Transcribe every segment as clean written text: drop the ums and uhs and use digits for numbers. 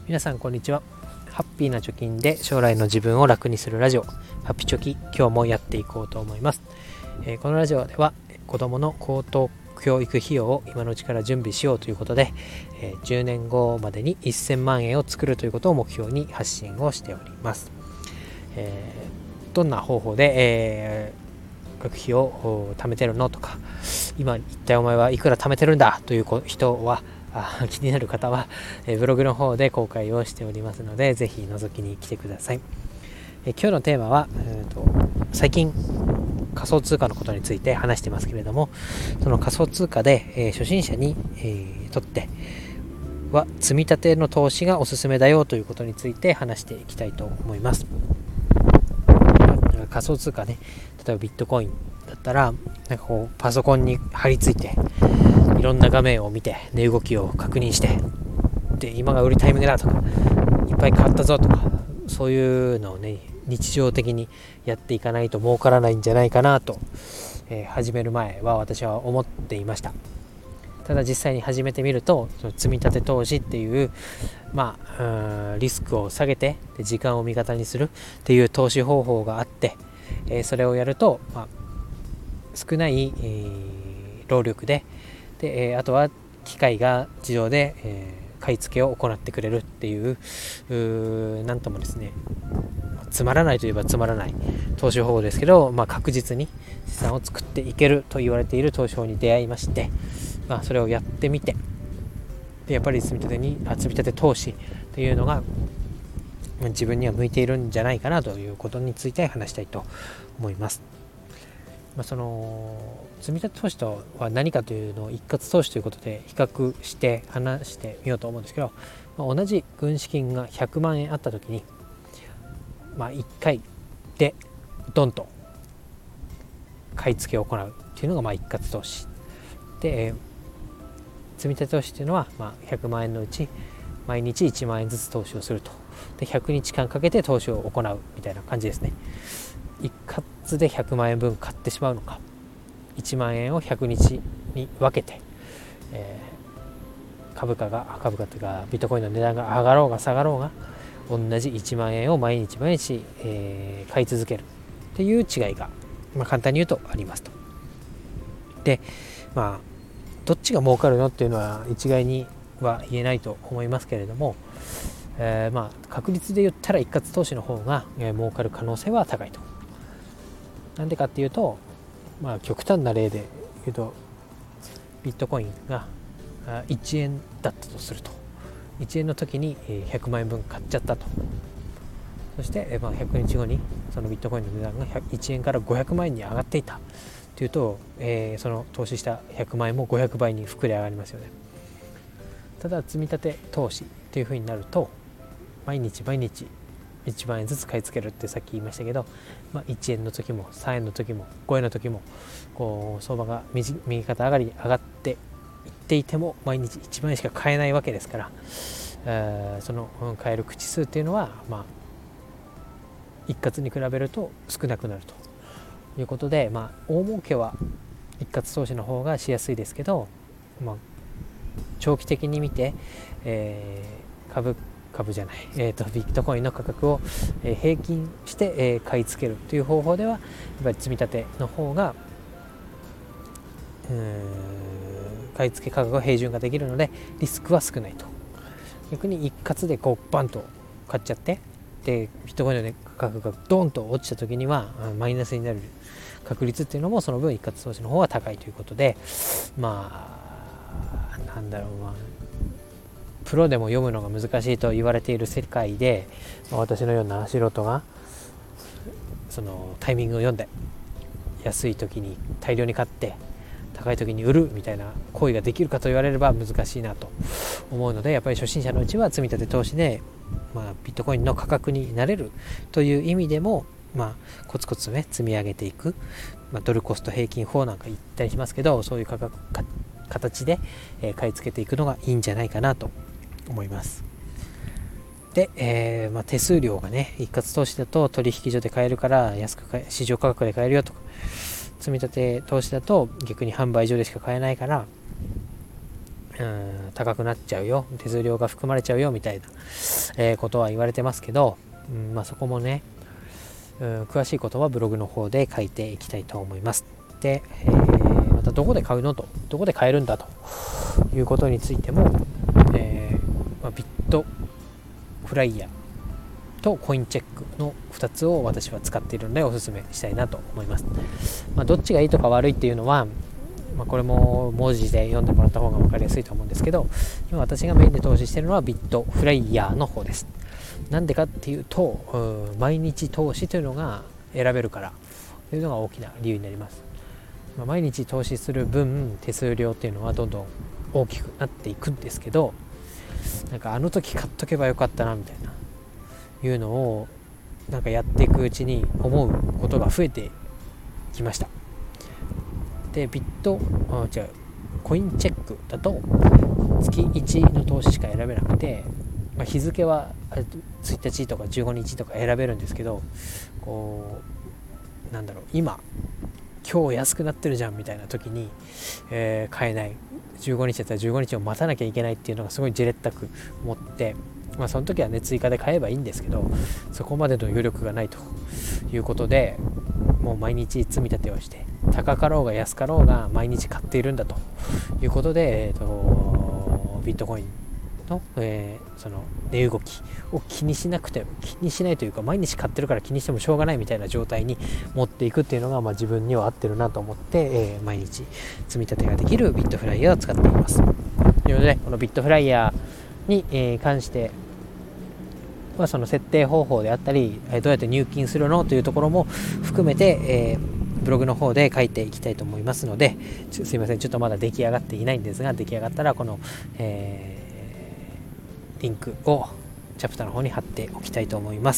皆さんこんにちは。ハッピーな貯金で将来の自分を楽にするラジオ、ハピチョキ、今日もやっていこうと思います。このラジオでは子どもの高等教育費用を今のうちから準備しようということで、10年後までに1000万円を作るということを目標に発信をしております。どんな方法で、学費を貯めてるのとか、今一体お前はいくら貯めてるんだという人は気になる方は、ブログの方で公開をしておりますので、ぜひ覗きに来てください。今日のテーマは、最近仮想通貨のことについて話してますけれども、その仮想通貨で、初心者に、とっては積み立ての投資がおすすめだよということについて話していきたいと思います。仮想通貨ね、例えばビットコインだったらパソコンに貼り付いていろんな画面を見て値動きを確認して、で今が売るタイミングだとか、いっぱい買ったぞとか、そういうのをね日常的にやっていかないと儲からないんじゃないかなと、始める前は私は思っていました。ただ実際に始めてみると、その積み立て投資っていうリスクを下げて時間を味方にするっていう投資方法があって、それをやると、少ない、労力で、あとは機械が自動で、買い付けを行ってくれるっていう、なんともですね、つまらないといえばつまらない投資方法ですけど、確実に資産を作っていけると言われている投資法に出会いまして、それをやってみて、でやっぱり積み立て投資というのが自分には向いているんじゃないかなということについて話したいと思います。その積み立て投資とは何かというのを一括投資ということで比較して話してみようと思うんですけど、同じ軍資金が100万円あった時に、1回でドンと買い付けを行うというのが一括投資で、積み立て投資というのは100万円のうち毎日1万円ずつ投資をすると。で100日間かけて投資を行うみたいな感じですね。一括で100万円分買ってしまうのか、1万円を100日に分けて、株価というかビットコインの値段が上がろうが下がろうが同じ1万円を毎日買い続けるっていう違いが、簡単に言うとありますと。でどっちが儲かるのっていうのは一概には言えないと思いますけれども、確率で言ったら一括投資の方が、儲かる可能性は高いと。なんでかっていうと、極端な例で言うと、ビットコインが1円だったとすると、1円の時に100万円分買っちゃったと。そして100日後にそのビットコインの値段が1円から500万円に上がっていたというと、その投資した100万円も500倍に膨れ上がりますよね。ただ積み立て投資というふうになると、毎日1万円ずつ買い付けるってさっき言いましたけど、1円の時も3円の時も5円の時も相場が右肩上がっていっていても毎日1万円しか買えないわけですから、その買える口数っていうのは一括に比べると少なくなるということで、大儲けは一括投資の方がしやすいですけど、長期的に見て、株じゃない、ビットコインの価格を平均して買い付けるという方法ではやっぱり積み立ての方が買い付け価格が平準化できるのでリスクは少ないと。逆に一括でバンと買っちゃって、でビットコインの価格がドンと落ちた時にはマイナスになる確率っていうのもその分一括投資の方が高いということで、プロでも読むのが難しいと言われている世界で、私のような素人がそのタイミングを読んで安い時に大量に買って高い時に売るみたいな行為ができるかと言われれば難しいなと思うので、やっぱり初心者のうちは積み立て投資で、ビットコインの価格になれるという意味でも、コツコツね積み上げていく、ドルコスト平均法なんか言ったりしますけど、そういう形で買い付けていくのがいいんじゃないかなと思います。で、手数料がね一括投資だと取引所で買えるから安く市場価格で買えるよとか、積み立て投資だと逆に販売所でしか買えないから、 高くなっちゃうよ、手数料が含まれちゃうよみたいな、ことは言われてますけど、そこもね、詳しいことはブログの方で書いていきたいと思います。で、またどこで買うのと、どこで買えるんだということについても、ビットフライヤーとコインチェックの2つを私は使っているのでおすすめしたいなと思います。どっちがいいとか悪いっていうのは、これも文字で読んでもらった方が分かりやすいと思うんですけど、今私がメインで投資しているのはビットフライヤーの方です。なんでかっていうと、毎日投資というのが選べるからというのが大きな理由になります。毎日投資する分手数料っていうのはどんどん大きくなっていくんですけど、なんかあの時買っとけばよかったなみたいないうのをなんかやっていくうちに思うことが増えてきました。でコインチェックだと月1の投資しか選べなくて、日付は1日とか15日とか選べるんですけど、今日安くなってるじゃんみたいな時に、買えない、15日だったら15日を待たなきゃいけないっていうのがすごいじれったく思って、その時はね追加で買えばいいんですけど、そこまでの余力がないということで、もう毎日積み立てをして高かろうが安かろうが毎日買っているんだということで、ビットコインの、その値動きを気にしないというか、毎日買ってるから気にしてもしょうがないみたいな状態に持っていくっていうのが、自分には合ってるなと思って、毎日積み立てができるビットフライヤーを使っています。というので、このビットフライヤーに、関してはその設定方法であったり、どうやって入金するのというところも含めて、ブログの方で書いていきたいと思いますので、すいません、ちょっとまだ出来上がっていないんですが、出来上がったらこの、リンクをチャプターの方に貼っておきたいと思います。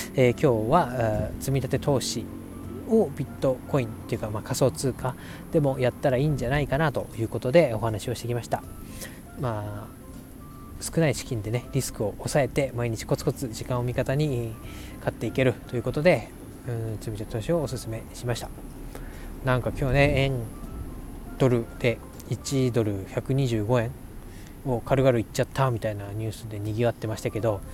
今日は積み立て投資をビットコインというか、仮想通貨でもやったらいいんじゃないかなということでお話をしてきました。少ない資金でねリスクを抑えて毎日コツコツ時間を味方に買っていけるということで、積み立て投資をお勧めしました。なんか今日ね、円ドルで1ドル125円を軽々いっちゃったみたいなニュースで賑わってましたけど、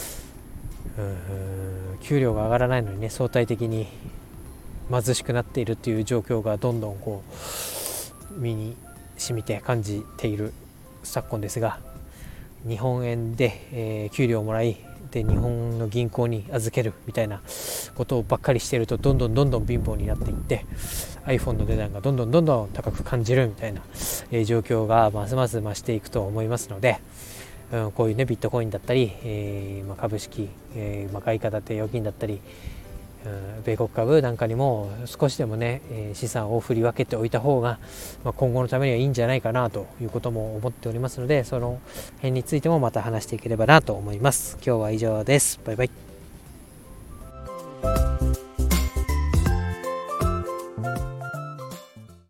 給料が上がらないのにね、相対的に貧しくなっているっていう状況がどんどん身に染みて感じている昨今ですが、日本円で、給料をもらいで日本の銀行に預けるみたいなことばっかりしていると、どんどん貧乏になっていって iPhone の値段がどんどん高く感じるみたいな、状況がますます増していくと思いますので、こういうねビットコインだったり、株式、外貨建て預金だったり、米国株なんかにも少しでもね、資産を振り分けておいた方が、今後のためにはいいんじゃないかなということも思っておりますので、その辺についてもまた話していければなと思います。今日は以上です。バイバイ。